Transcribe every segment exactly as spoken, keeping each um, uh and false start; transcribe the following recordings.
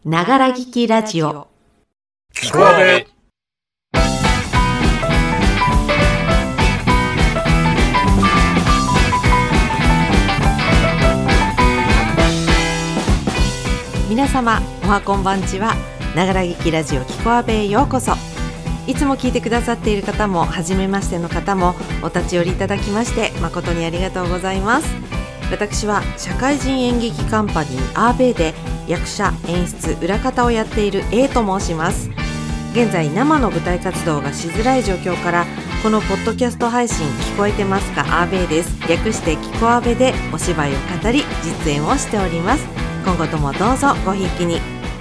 ながら聞きラジオ聞こえ皆様おはこんばんちは。ながら聞きラジオ聞こえへようこそ。いつも聞いてくださっている方も初めましての方もお立ち寄りいただきまして誠にありがとうございます。私は社会人演劇カンパニーアーベイで役者、演出、裏方をやっている A と申します。現在生の舞台活動がしづらい状況からこのポッドキャスト配信聞こえてますかアーベイです。略して聞こアベでお芝居を語り実演をしております。今後ともどうぞごひいきに。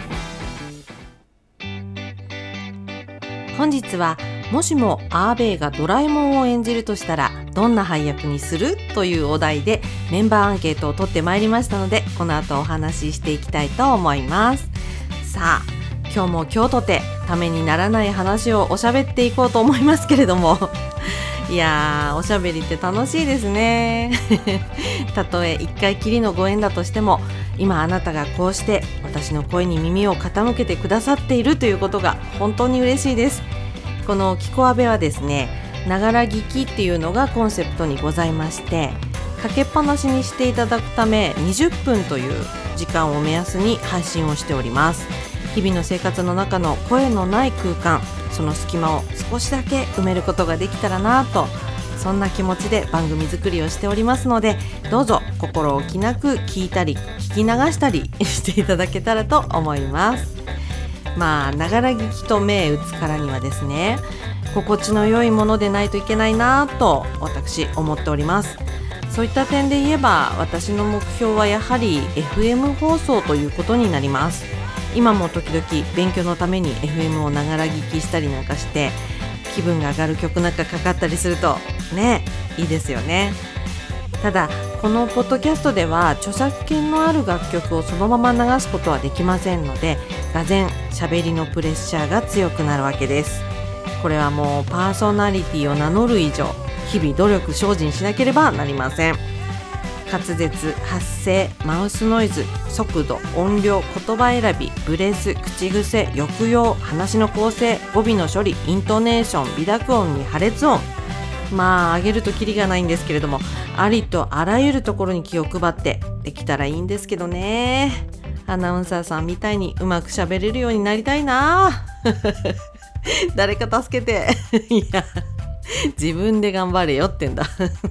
本日はもしもアーベイがドラえもんを演じるとしたらどんな配役にするというお題でメンバーアンケートを取ってまいりましたので、この後お話ししていきたいと思います。さあ今日も今日とてためにならない話をおしゃべっていこうと思いますけれどもいやーおしゃべりって楽しいですねたとえ一回きりのご縁だとしても今あなたがこうして私の声に耳を傾けてくださっているということが本当に嬉しいです。この聞こアベはですね、ながら聞きっていうのがコンセプトにございまして、かけっぱなしにしていただくためにじゅっぷんという時間を目安に配信をしております。日々の生活の中の声のない空間、その隙間を少しだけ埋めることができたらなと、そんな気持ちで番組作りをしておりますので、どうぞ心置きなく聞いたり聞き流したりしていただけたらと思います。まあながら聞きと銘打つからにはですね、心地の良いものでないといけないなと私思っております。そういった点で言えば私の目標はやはり エフエム 放送ということになります。今も時々勉強のために エフエム をながら聞きしたりなんかして気分が上がる曲なんかかかったりするとね、いいですよね。ただこのポッドキャストでは著作権のある楽曲をそのまま流すことはできませんので、がぜん喋りのプレッシャーが強くなるわけです。これはもうパーソナリティを名乗る以上日々努力精進しなければなりません。滑舌、発声、マウスノイズ、速度、音量、言葉選び、ブレス、口癖、抑揚、話の構成、語尾の処理、イントネーション、微濁音に破裂音、まあ上げるとキリがないんですけれども、ありとあらゆるところに気を配ってできたらいいんですけどね。アナウンサーさんみたいにうまく喋れるようになりたいな誰か助けていや自分で頑張れよってんだ、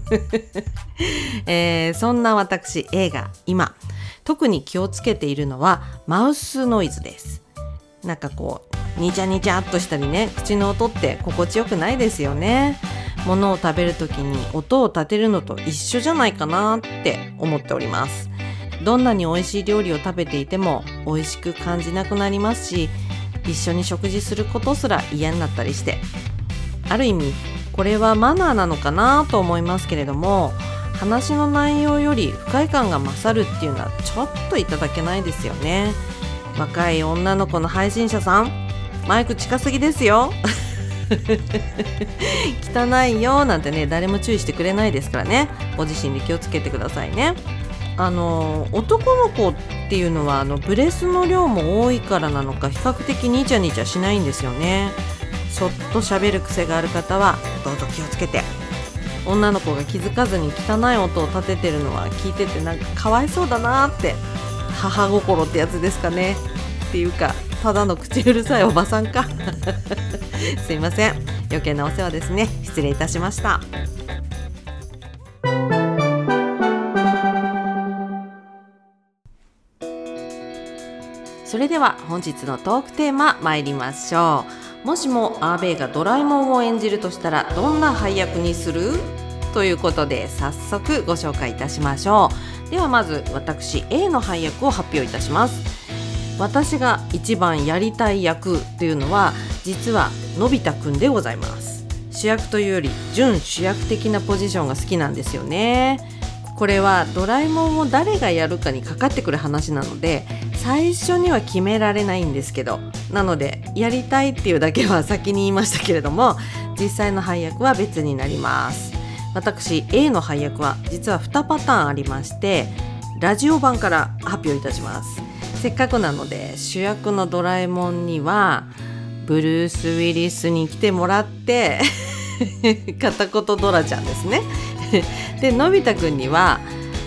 えー、そんな私 A が今特に気をつけているのはマウスノイズです。なんかこうニチャニチャっとしたりね、口の音って心地よくないですよね。物を食べるときに音を立てるのと一緒じゃないかなって思っております。どんなに美味しい料理を食べていても美味しく感じなくなりますし、一緒に食事することすら嫌になったりして、ある意味これはマナーなのかなと思いますけれども、話の内容より不快感が勝るっていうのはちょっといただけないですよね。若い女の子の配信者さん、マイク近すぎですよ汚いよなんてね、誰も注意してくれないですからね。ご自身で気をつけてくださいね。あの男の子っていうのはあのブレスの量も多いからなのか比較的ニチャニチャしないんですよね。そっと喋る癖がある方はどうぞ気をつけて。女の子が気づかずに汚い音を立ててるのは聞いててなんかかわいそうだなって、母心ってやつですかね。っていうかただの口うるさいおばさんかすいません、余計なお世話ですね。失礼いたしました。それでは本日のトークテーマ参りましょう。もしもアーベイがドラえもんを演じるとしたらどんな配役にする？ということで早速ご紹介いたしましょう。ではまず私 A の配役を発表いたします。私が一番やりたい役というのは実はのび太くんでございます。主役というより準主役的なポジションが好きなんですよね。これはドラえもんを誰がやるかにかかってくる話なので最初には決められないんですけど、なのでやりたいっていうだけは先に言いましたけれども、実際の配役は別になります。私 A の配役は実はにパターンありまして、ラジオ版から発表いたします。 せっかくなので主役のドラえもんにはブルース・ウィリスに来てもらって片言ドラちゃんですねでのび太くんには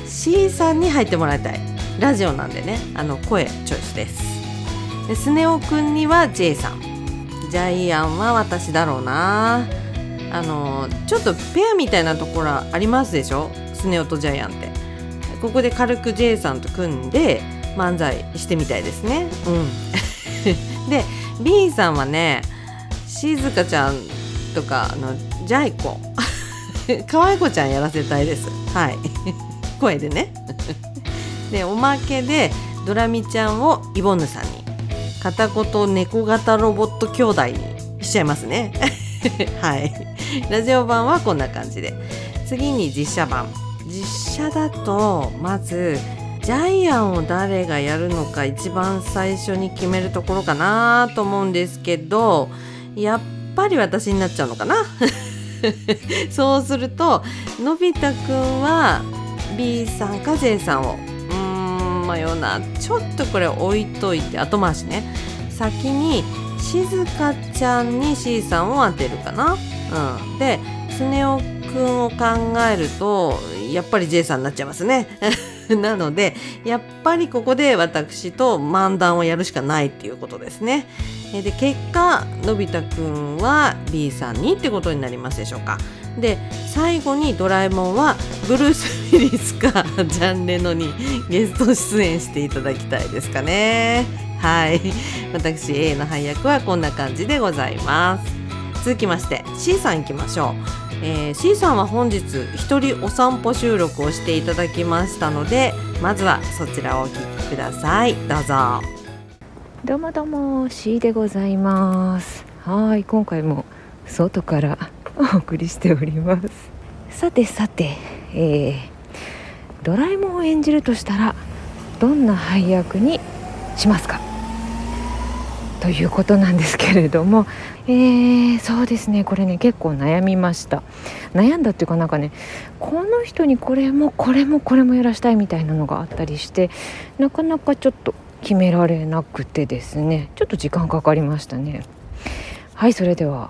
C さんに入ってもらいたい。ラジオなんでね、あの声チョイスです。でスネ夫くんには J さん、ジャイアンは私だろうな。あのちょっとペアみたいなところありますでしょ、スネ夫とジャイアンって。ここで軽く J さんと組んで漫才してみたいですね。うんで B さんはね、しずかちゃんとかあのジャイコかわいこちゃんやらせたいです。はい声でねでおまけでドラミちゃんをイボンヌさんに、片言猫型ロボット兄弟にしちゃいますねはいラジオ版はこんな感じで、次に実写版。実写だとまずジャイアンを誰がやるのか一番最初に決めるところかなと思うんですけど、やっぱり私になっちゃうのかなそうするとのび太くんは B さんか J さんをうーん迷うな。ちょっとこれ置いといて後回しね。先にしずかちゃんに C さんを当てるかな、うん、でスネ夫くんを考えるとやっぱり J さんになっちゃいますねなのでやっぱりここで私と漫談をやるしかないっていうことですね。で結果のび太くんは B さんにってことになりますでしょうか。で最後にドラえもんはブルース・ウィリスかジャンレノにゲスト出演していただきたいですかね。はい私 A の配役はこんな感じでございます。続きまして C さんいきましょう。えー、C さんは本日一人お散歩収録をしていただきましたので、まずはそちらをお聞きください。どうぞ。 どうもどうも C でございます。はい、今回も外からお送りしております。さてさて、えー、ドラえもんを演じるとしたらどんな配役にしますかということなんですけれども、えー、そうですね、これね結構悩みました。悩んだっていうかなんかね、この人にこれもこれもこれもやらしたいみたいなのがあったりして、なかなかちょっと決められなくてですね、ちょっと時間かかりましたね。はい、それでは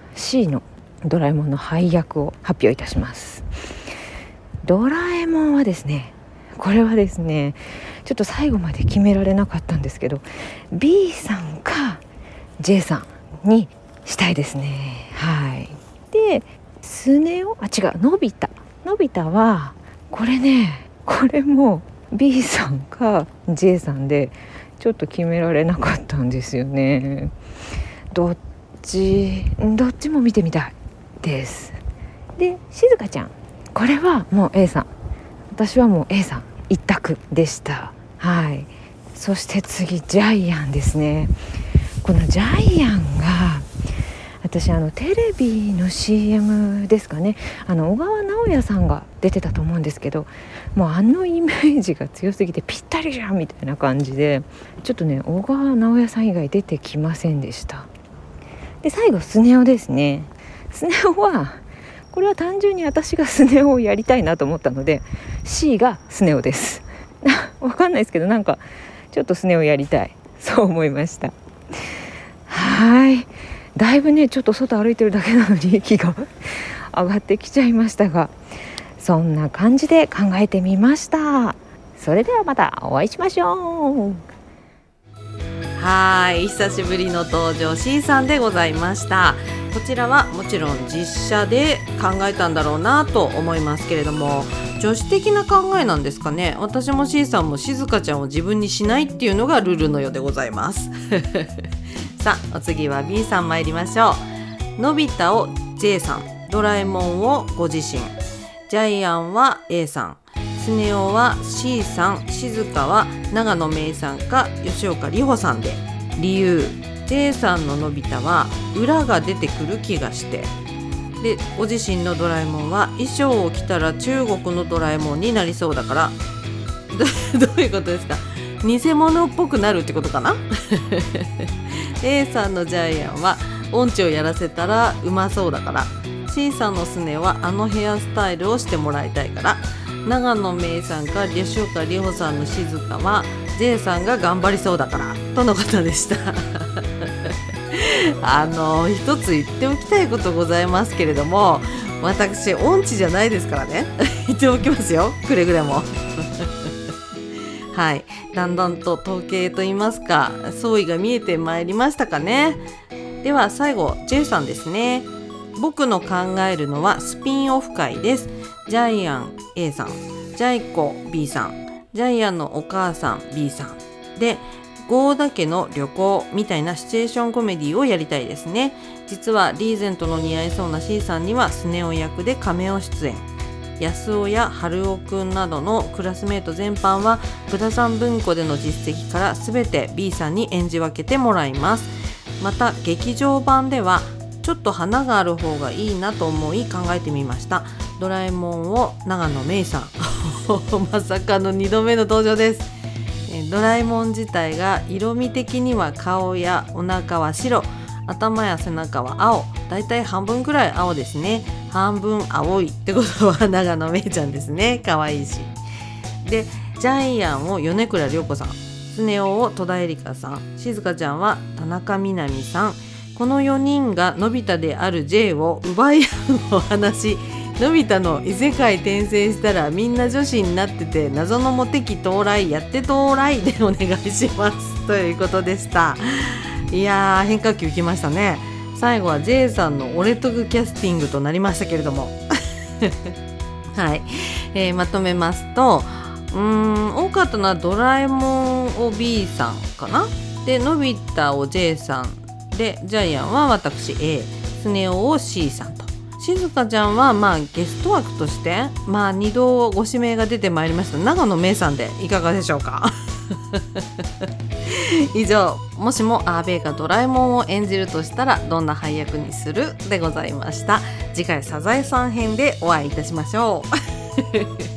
C のドラえもんの配役を発表いたします。ドラえもんはですね、これはですねちょっと最後まで決められなかったんですけど B さんか J さんにしたいですね。はい。でスネ夫あ違うのび太のび太はこれねこれも B さんか J さんでちょっと決められなかったんですよね。どっちどっちも見てみたいです。でしずかちゃんこれはもう A さん、私はもう A さん一択でした。はい。そして次ジャイアンですね。このジャイアンが私あのテレビの シーエム ですかね、あの小川直也さんが出てたと思うんですけど、もうあのイメージが強すぎてぴったりじゃんみたいな感じで、ちょっとね小川直也さん以外出てきませんでした。で最後スネ夫ですね。スネ夫はこれは単純に私がスネ夫をやりたいなと思ったので C がスネ夫です。わかんないですけどなんかちょっとスネ夫やりたい、そう思いました。はい、だいぶねちょっと外歩いてるだけなのに息が上がってきちゃいましたが、そんな感じで考えてみました。それではまたお会いしましょう。 はい、久しぶりの登場 C さんでございました。こちらはもちろん実写で考えたんだろうなと思いますけれども、女子的な考えなんですかね。私も C さんもしずかちゃんを自分にしないっていうのがルールのようでございますさあお次は B さん参りましょう。のび太を J さん、ドラえもんをご自身、ジャイアンは A さん、スネ夫は C さん、しずかは長野めいさんか吉岡里帆さんで、理由 J さんののび太は裏が出てくる気がして、でご自身のドラえもんは衣装を着たら中国のドラえもんになりそうだからど, どういうことですか。偽物っぽくなるってことかなA さんのジャイアンは音痴をやらせたらうまそうだから、 C さんのスネはあのヘアスタイルをしてもらいたいから、長野めいさんか吉岡里帆さんのしずかは J さんが頑張りそうだからとのことでしたあの一つ言っておきたいことございますけれども、私音痴じゃないですからね言っておきますよ、くれぐれもはい、だんだんと統計といいますか相違が見えてまいりましたかね。では最後 J さんですね。僕の考えるのはスピンオフ会です。ジャイアン A さん、ジャイコ B さん、ジャイアンのお母さん B さんで、ゴーダ家の旅行みたいなシチュエーションコメディをやりたいですね。実はリーゼントの似合いそうな C さんにはスネ夫役でカメオ出演、安尾や春尾くんなどのクラスメート全般は豚さん文庫での実績から全て B さんに演じ分けてもらいます。また劇場版ではちょっと花がある方がいいなと思い考えてみました。ドラえもんを長野めいさんまさかのにどめの登場です。ドラえもん自体が色味的には顔やお腹は白、頭や背中は青、だいたい半分くらい青ですね。半分青いってことは長野めいちゃんですね。可愛いし。でジャイアンを米倉涼子さん、スネ夫を戸田恵梨香さん、静香ちゃんは田中みな実さん。このよにんがのび太である J を奪い合うお話。のび太の異世界転生したらみんな女子になってて謎のモテ期到来やって到来でお願いしますということでした。いやー変化球きましたね。最後は J さんの俺得キャスティングとなりましたけれどもはい、えー、まとめますと、うーん多かったのはドラえもんを B さんかな、でのび太を J さんで、ジャイアンは私 A、 スネ夫を C さんと、静香ちゃんはまあゲスト枠としてまあにどご指名が出てまいりました長野めいさんでいかがでしょうか以上、もしもアーベイがドラえもんを演じるとしたらどんな配役にするでございました。次回サザエさん編でお会いいたしましょう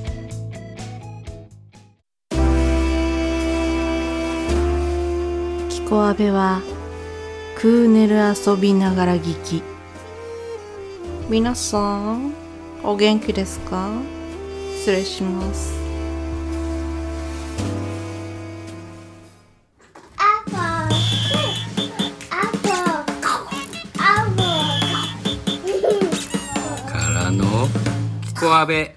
キコアベはクーネル遊びながら聞き。皆さんお元気ですか？失礼します。 からのキコアベ。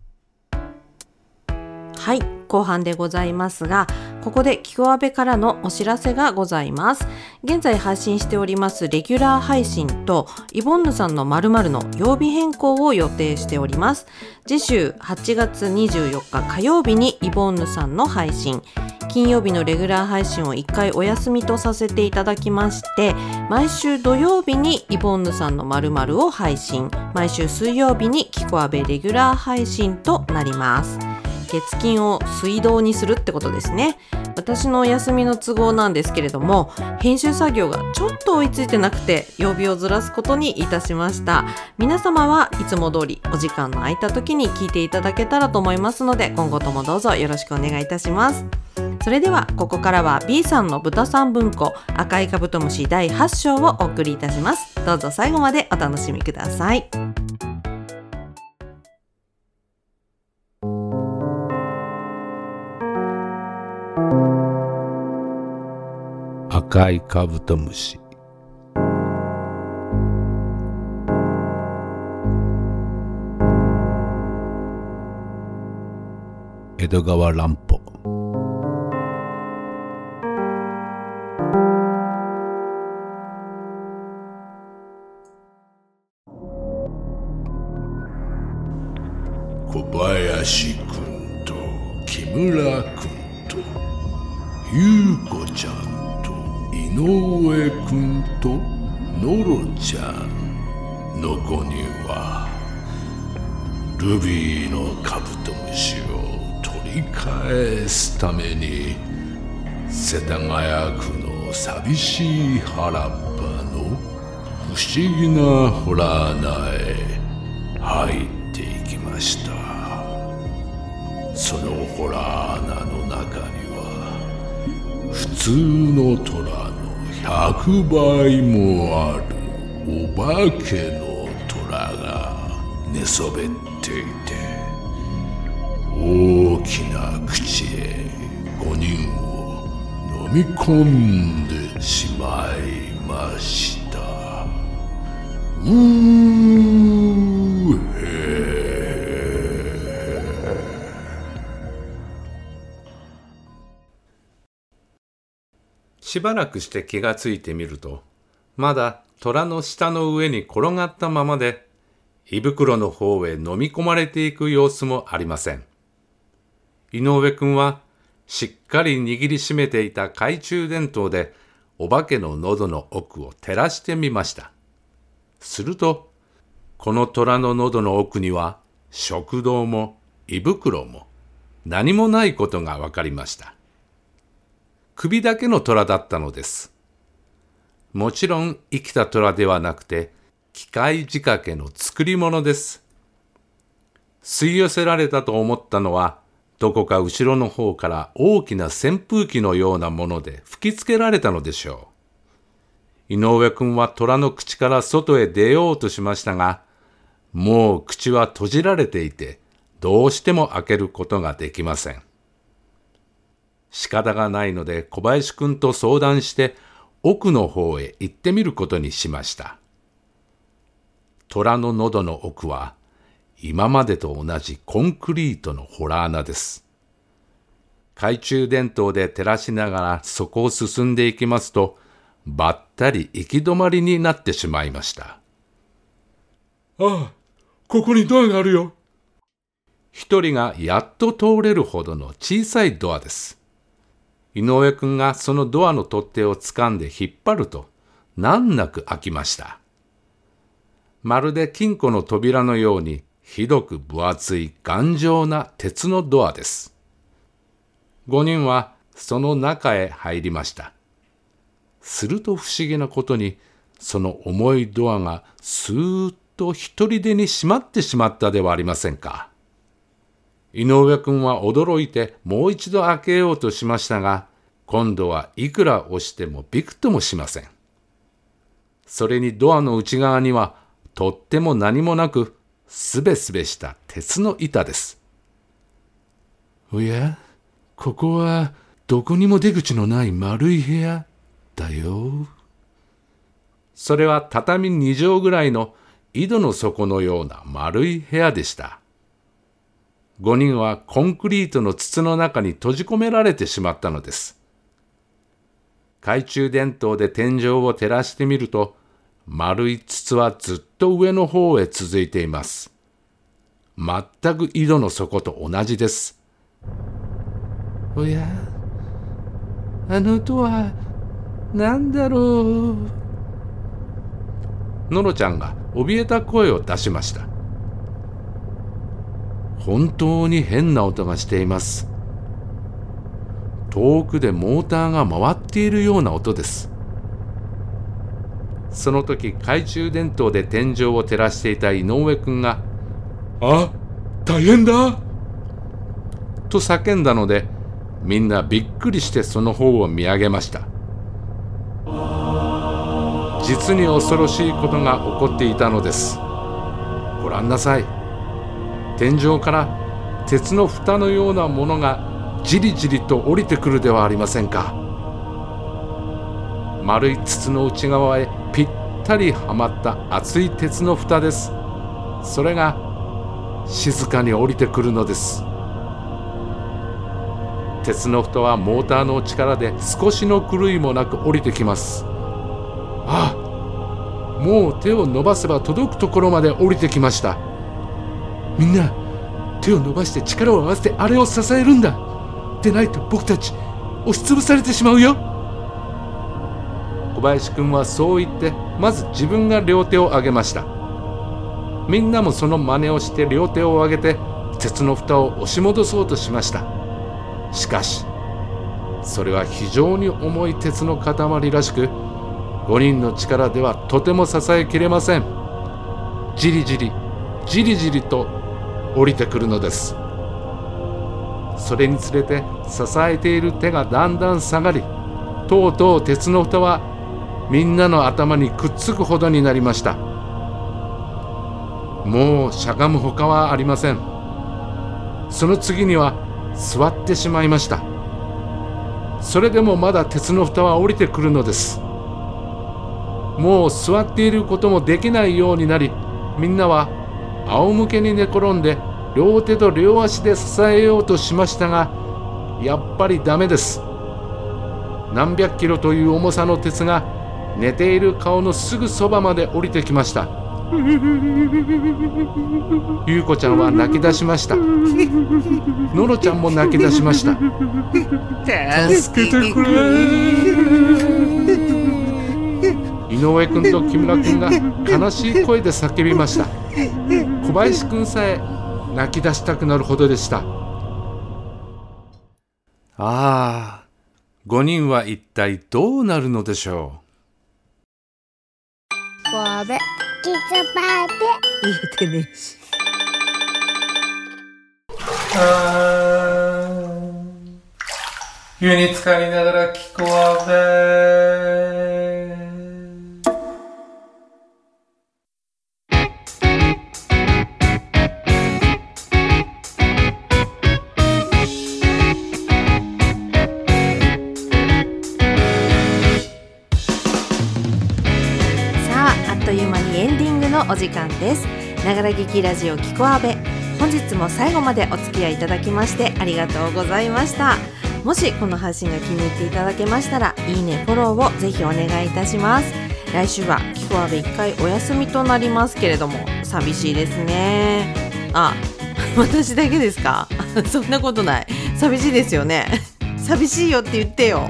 はい、後半でございますが、ここでキコアベからのお知らせがございます。現在配信しておりますレギュラー配信とイボンヌさんの〇〇の曜日変更を予定しております。次週はちがつにじゅうよっか火曜日にイボンヌさんの配信、金曜日のレギュラー配信をいっかいお休みとさせていただきまして、毎週土曜日にイボンヌさんの〇〇を配信、毎週水曜日にキコアベレギュラー配信となります。月金を水道にするってことですね。私のお休みの都合なんですけれども、編集作業がちょっと追いついてなくて曜日をずらすことにいたしました。皆様はいつも通りお時間の空いた時に聞いていただけたらと思いますので、今後ともどうぞよろしくお願いいたします。それではここからは B さんの豚さん文庫赤いカブトムシだいはち章をお送りいたします。どうぞ最後までお楽しみください。 赤いカブトムシ。江戸川乱歩。小林くんと木村くんと優子ちゃん井上くんとノロちゃんのごにんはルビーのカブトムシを取り返すために世田谷区の寂しい原っぱの不思議なホラー穴へ入っていきました。そのホラー穴の中には普通の虎のひゃくばいもあるお化けの虎が寝そべっていて、大きな口へごにんをみ込んでしまいました。うーへしばらくして気がついてみると、まだ虎の舌の上に転がったままで、胃袋の方へ飲み込まれていく様子もありません。井上くんはしっかり握りしめていた懐中電灯でお化けの喉の奥を照らしてみました。すると、この虎の喉の奥には食道も胃袋も何もないことがわかりました。首だけの虎だったのです。もちろん生きた虎ではなくて、機械仕掛けの作り物です。吸い寄せられたと思ったのは、どこか後ろの方から大きな扇風機のようなもので吹きつけられたのでしょう。井上くんは虎の口から外へ出ようとしましたが、もう口は閉じられていて、どうしても開けることができません。仕方がないので小林くんと相談して奥の方へ行ってみることにしました。虎の喉の奥は今までと同じコンクリートの洞穴です。懐中電灯で照らしながらそこを進んでいきますと、ばったり行き止まりになってしまいました。 ああ、ここにドアがあるよ。 一人がやっと通れるほどの小さいドアです。井上くんがそのドアの取っ手を掴んで引っ張ると、難なく開きました。まるで金庫の扉のようにひどく分厚い頑丈な鉄のドアです。五人はその中へ入りました。すると不思議なことに、その重いドアがスーッと一人でに閉まってしまったではありませんか。井上くんは驚いてもう一度開けようとしましたが、今度はいくら押してもびくともしません。それにドアの内側にはとっても何もなく、すべすべした鉄の板です。 おや、ここはどこにも出口のない丸い部屋だよ。 それは畳に畳ぐらいの井戸の底のような丸い部屋でした。五人はコンクリートの筒の中に閉じ込められてしまったのです。懐中電灯で天井を照らしてみると、丸い筒はずっと上の方へ続いています。全く井戸の底と同じです。 おや、あの音は何だろう。 のろちゃんが怯えた声を出しました。 本当に変な音がしています。遠くでモーターが回っているような音です。 その時懐中電灯で天井を照らしていた井上くんが、 あ、大変だと叫んだので、みんなびっくりしてその方を見上げました。実に恐ろしいことが起こっていたのです。ご覧なさい。天井から鉄の蓋のようなものがじりじりと降りてくるではありませんか。丸い筒の内側へぴったりはまった厚い鉄の蓋です。それが静かに降りてくるのです。鉄の蓋はモーターの力で少しの狂いもなく降りてきます。ああ、もう手を伸ばせば届くところまで降りてきました。 みんな手を伸ばして力を合わせてあれを支えるんだ。でないと僕たち押しつぶされてしまうよ。 小林くんはそう言ってまず自分が両手を上げました。みんなもその真似をして両手を上げて鉄の蓋を押し戻そうとしました。しかしそれは非常に重い鉄の塊らしく、ごにんの力ではとても支えきれません。じりじりじりじりと降りてくるのです。それにつれて支えている手がだんだん下がり、とうとう鉄の蓋はみんなの頭にくっつくほどになりました。もうしゃがむほかはありません。その次には座ってしまいました。 それでもまだ鉄の蓋は降りてくるのです。もう座っていることもできないようになり、みんなは仰向けに寝転んで両手と両足で支えようとしましたが、やっぱりダメです。何百キロという重さの鉄が寝ている顔のすぐそばまで降りてきました。ゆうこちゃんは泣き出しました。のろちゃんも泣き出しました。助けてくれ。井上くんと木村くんが悲しい声で叫びました。小林くんさえ泣き出したくなるほどでした。 ああ、ごにんは一体どうなるのでしょう。こわべ言えてねえし。 あ湯に浸かりながら聞こわべ。 お時間です。ながら劇ラジオきこあべ、本日も最後までお付き合いいただきましてありがとうございました。もしこの配信が気に入っていただけましたら、いいねフォローをぜひお願いいたします。来週はきこあべいっかいお休みとなりますけれども、寂しいですね。あ、私だけですか？そんなことない。寂しいですよね。寂しいよって言ってよ。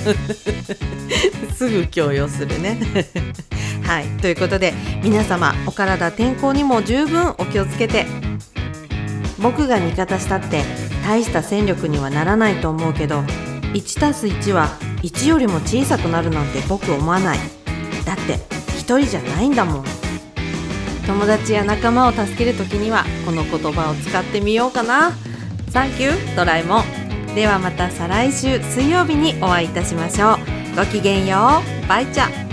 すぐ強要するね。はい、ということで皆様お体健康にも十分お気をつけて。僕が味方したって大した戦力にはならないと思うけど、いちたすいちはいちよりも小さくなるなんて僕思わない。だって一人じゃないんだもん。友達や仲間を助けるときにはこの言葉を使ってみようかな。サンキュードラえもん。ではまた再来週水曜日にお会いいたしましょう。ごきげんよう。バイチャ。